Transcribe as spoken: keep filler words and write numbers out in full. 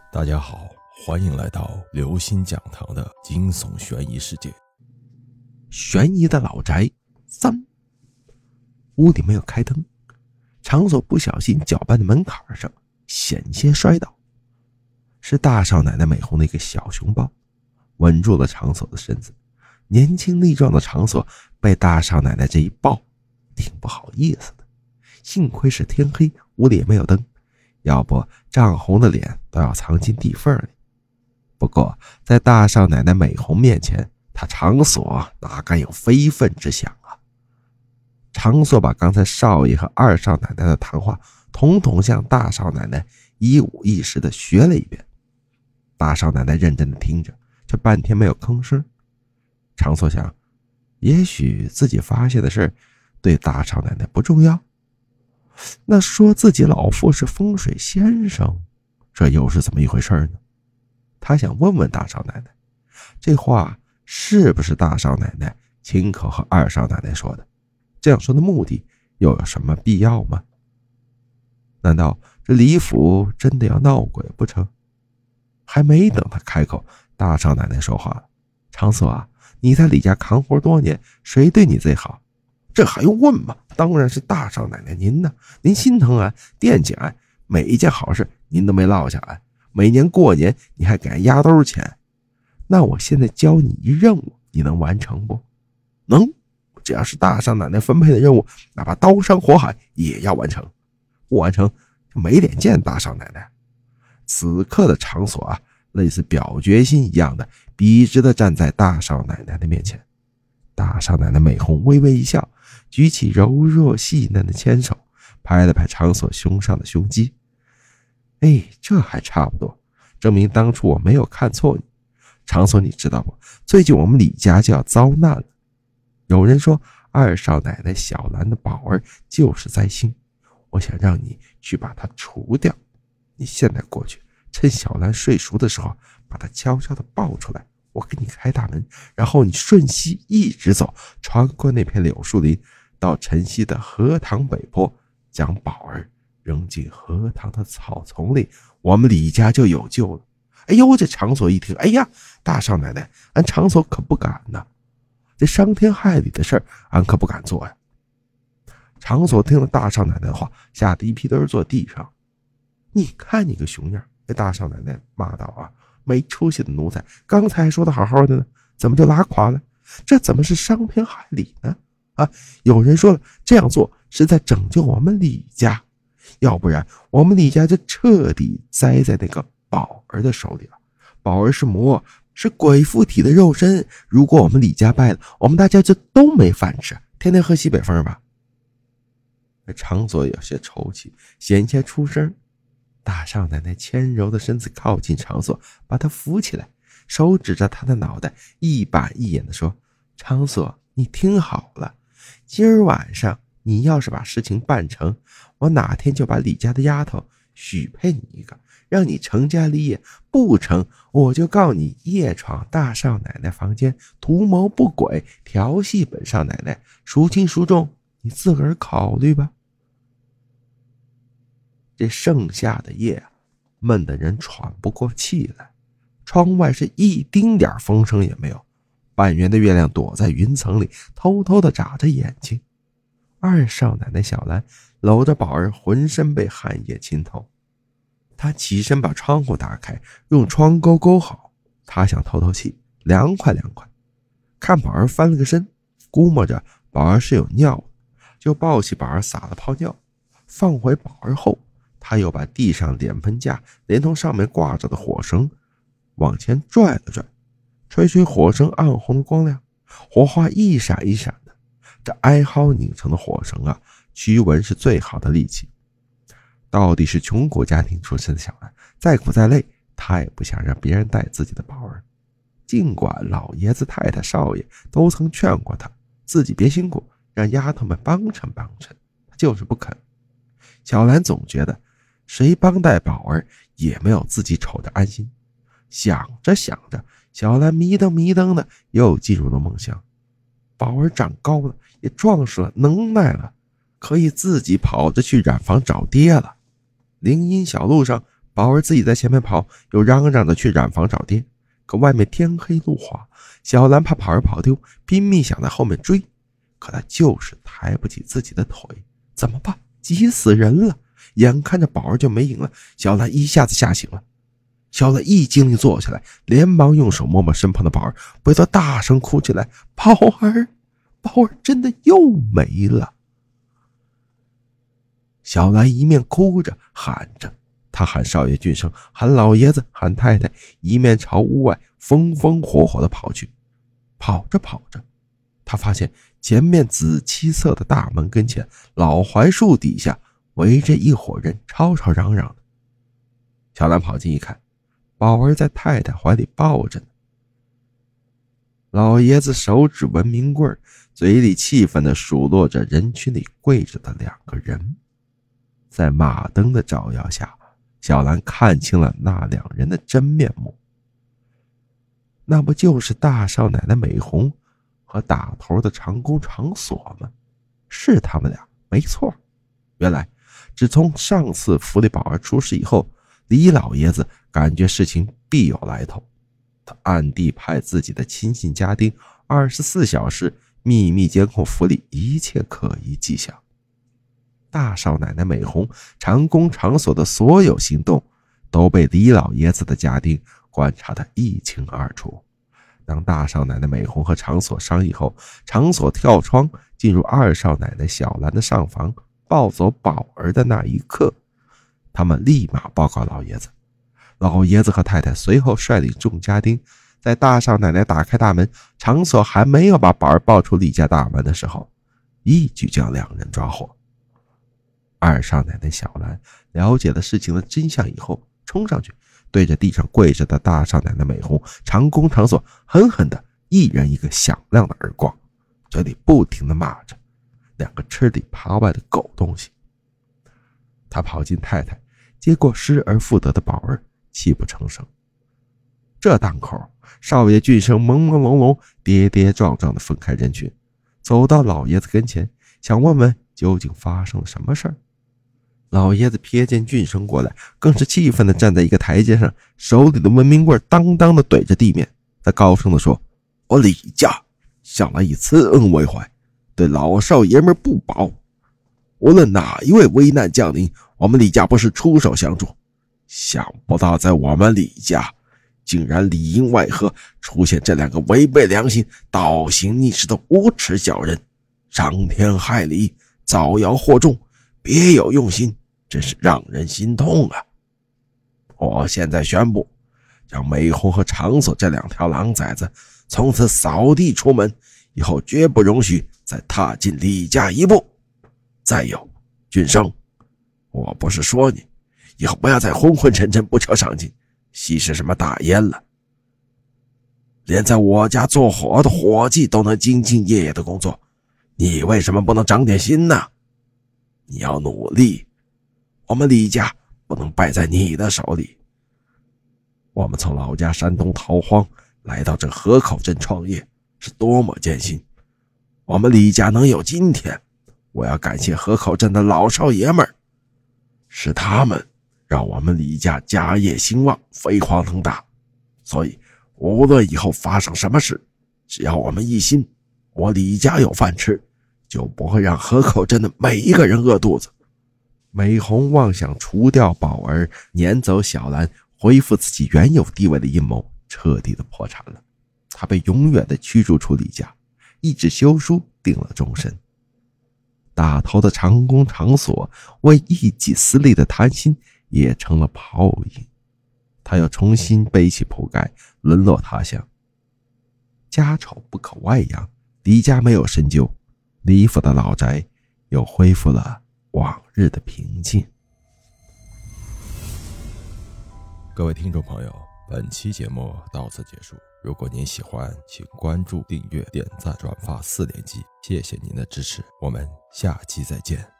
大家好，欢迎来到刘星讲堂的惊悚悬疑世界。 悬疑的老宅三，屋里没有开灯，场所不小心搅拌的门槛上险些摔倒，是大少奶奶美红的一个小熊抱稳住了场所的身子。年轻力壮的场所被大少奶奶这一抱挺不好意思的，幸亏是天黑，屋里也没有灯，要不涨红的脸都要藏进地缝里。不过在大少奶奶美红面前，他场所哪敢有非分之想啊。场所把刚才少爷和二少奶奶的谈话统统向大少奶奶一五一十的学了一遍。大少奶奶认真的听着，却半天没有吭声。场所想，也许自己发现的事对大少奶奶不重要，那说自己老父是风水先生，这又是怎么一回事呢？他想问问大少奶奶，这话是不是大少奶奶亲口和二少奶奶说的？这样说的目的又有什么必要吗？难道这李府真的要闹鬼不成？还没等他开口，大少奶奶说话了：“场所啊，你在李家扛活多年，谁对你最好？”这还用问吗？当然是大少奶奶您呢，您心疼俺，惦记俺，每一件好事您都没落下俺，每年过年你还给俺压兜钱。那我现在教你一任务，你能完成不？能，只要是大少奶奶分配的任务，哪怕刀山火海也要完成，不完成就没脸见大少奶奶。此刻的场所啊，类似表决心一样的笔直的站在大少奶奶的面前。大少奶奶美红微微一笑，举起柔弱细嫩的纤手，拍了拍场所胸上的胸肌。哎，这还差不多，证明当初我没有看错你。场所你知道不？最近我们李家就要遭难了。有人说二少奶奶小兰的宝儿就是灾星，我想让你去把它除掉。你现在过去，趁小兰睡熟的时候，把她悄悄地抱出来，我给你开大门，然后你顺西一直走，穿过那片柳树林，到晨曦的荷塘北坡，将宝儿扔进荷塘的草丛里，我们李家就有救了。哎呦，这场所一听，哎呀，大少奶奶，俺场所可不敢呐，这伤天害理的事儿，俺可不敢做呀。场所听了大少奶奶的话，吓得一屁墩坐地上。你看你个熊样！这大少奶奶骂道啊，没出息的奴才，刚才还说的好好的呢，怎么就拉垮了？这怎么是伤天害理呢？啊，有人说了，这样做是在拯救我们李家，要不然我们李家就彻底栽在那个宝儿的手里了。宝儿是魔，是鬼附体的肉身，如果我们李家败了，我们大家就都没饭吃，天天喝西北风吧。场所有些抽泣，险些出声。大少奶奶纤柔的身子靠近场所，把他扶起来，手指着他的脑袋，一板一眼地说：“场所，你听好了，今儿晚上你要是把事情办成，我哪天就把李家的丫头许配你一个，让你成家立业；不成，我就告你夜闯大少奶奶房间，图谋不轨，调戏本少奶奶，孰轻孰重，你自个儿考虑吧。”这盛夏的夜啊，闷得人喘不过气来，窗外是一丁点风声也没有，半圆的月亮躲在云层里，偷偷地眨着眼睛。二少奶奶小兰搂着宝儿，浑身被汗液浸透。她起身把窗户打开，用窗钩勾好，她想透透气，凉快凉快。看宝儿翻了个身，估摸着宝儿是有尿，就抱起宝儿撒了泡尿，放回宝儿后，他又把地上脸盆架连同上面挂着的火绳往前拽了拽，吹吹火绳暗红的光亮，火花一闪一闪的。这哀嚎拧成的火绳啊，驱蚊是最好的利器。到底是穷苦家庭出身的小兰，再苦再累，他也不想让别人带自己的宝儿。尽管老爷子太太少爷都曾劝过他，自己别辛苦，让丫头们帮衬帮衬，他就是不肯。小兰总觉得谁帮带宝儿也没有自己瞅着安心。想着想着，小兰迷瞪迷瞪的又进入了梦乡。宝儿长高了，也壮实了，能耐了，可以自己跑着去染坊找爹了。林荫小路上， 宝儿自己在前面跑，又嚷嚷着去染房找爹。可外面天黑路滑，小兰怕宝儿跑丢，拼命想在后面追，可她就是抬不起自己的腿，怎么办？急死人了！眼看着宝儿就没赢了，小兰一下子吓醒了。小兰一激灵坐下来，连忙用手摸摸身旁的宝儿，不由得大声哭起来：“宝儿，宝儿真的又没了！”小兰一面哭着喊着，她喊少爷俊生，喊老爷子，喊太太，一面朝屋外风风火火地跑去。跑着跑着，她发现前面紫漆色的大门跟前，老槐树底下围着一伙人，吵吵嚷嚷的。小兰跑近一看，宝儿在太太怀里抱着呢。老爷子手指文明棍，嘴里气愤地数落着人群里跪着的两个人。在马灯的照耀下，小兰看清了那两人的真面目。那不就是大少奶奶美红和打头的长工长锁吗？是他们俩，没错。原来自从上次福利宝儿出事以后，李老爷子感觉事情必有来头，他暗地派自己的亲信家丁二十四小时秘密监控府里一切可疑迹象。大少奶奶美红、长工长锁的所有行动都被李老爷子的家丁观察得一清二楚。当大少奶奶美红和长锁商议后，长锁跳窗进入二少奶奶小兰的上房，抱走宝儿的那一刻，他们立马报告老爷子。老爷子和太太随后率领众家丁，在大少奶奶打开大门，长锁还没有把宝儿抱出李家大门的时候，一举将两人抓获。二少奶奶小兰了解了事情的真相以后，冲上去对着地上跪着的大少奶奶美红、长工长锁狠狠的一人一个响亮的耳光，嘴里不停的骂着两个吃里扒外的狗东西。他跑进太太，接过失而复得的宝儿，泣不成声。这当口，少爷俊生朦朦胧胧、跌跌撞撞的分开人群，走到老爷子跟前，想问问究竟发生了什么事儿。老爷子瞥见俊生过来，更是气愤地站在一个台阶上，手里的文明棍当当地怼着地面。他高声地说：“我李家向来以慈恩为怀，对老少爷们不薄。无论哪一位危难降临，我们李家不是出手相助。想不到在我们李家，竟然里应外合，出现这两个违背良心、倒行逆施的无耻小人，伤天害理，造谣惑众，别有用心，真是让人心痛啊！我现在宣布，将美红和长锁这两条狼崽子从此扫地出门，以后绝不容许再踏进李家一步。再有，俊生，我不是说你以后不要再昏昏沉沉不求上进，吸食什么大烟了，连在我家做活的伙计都能兢兢业业的工作，你为什么不能长点心呢？你要努力，我们李家不能败在你的手里。我们从老家山东逃荒来到这河口镇创业，是多么艰辛，我们李家能有今天，我要感谢河口镇的老少爷们儿，是他们让我们李家家业兴旺，飞黄腾达。所以无论以后发生什么事，只要我们一心，我李家有饭吃，就不会让河口镇的每一个人饿肚子。美红妄想除掉宝儿，撵走小兰，恢复自己原有地位的阴谋彻底的破产了。他被永远的驱逐出李家，一纸休书定了终身。打头的长工长锁为一己私利的贪心也成了泡影，他又重新背起铺盖，沦落他乡。家丑不可外扬，李家没有深究，李府的老宅又恢复了往日的平静。 各位听众朋友，本期节目到此结束。如果您喜欢，请关注、订阅、点赞、转发四连击，谢谢您的支持，我们下期再见。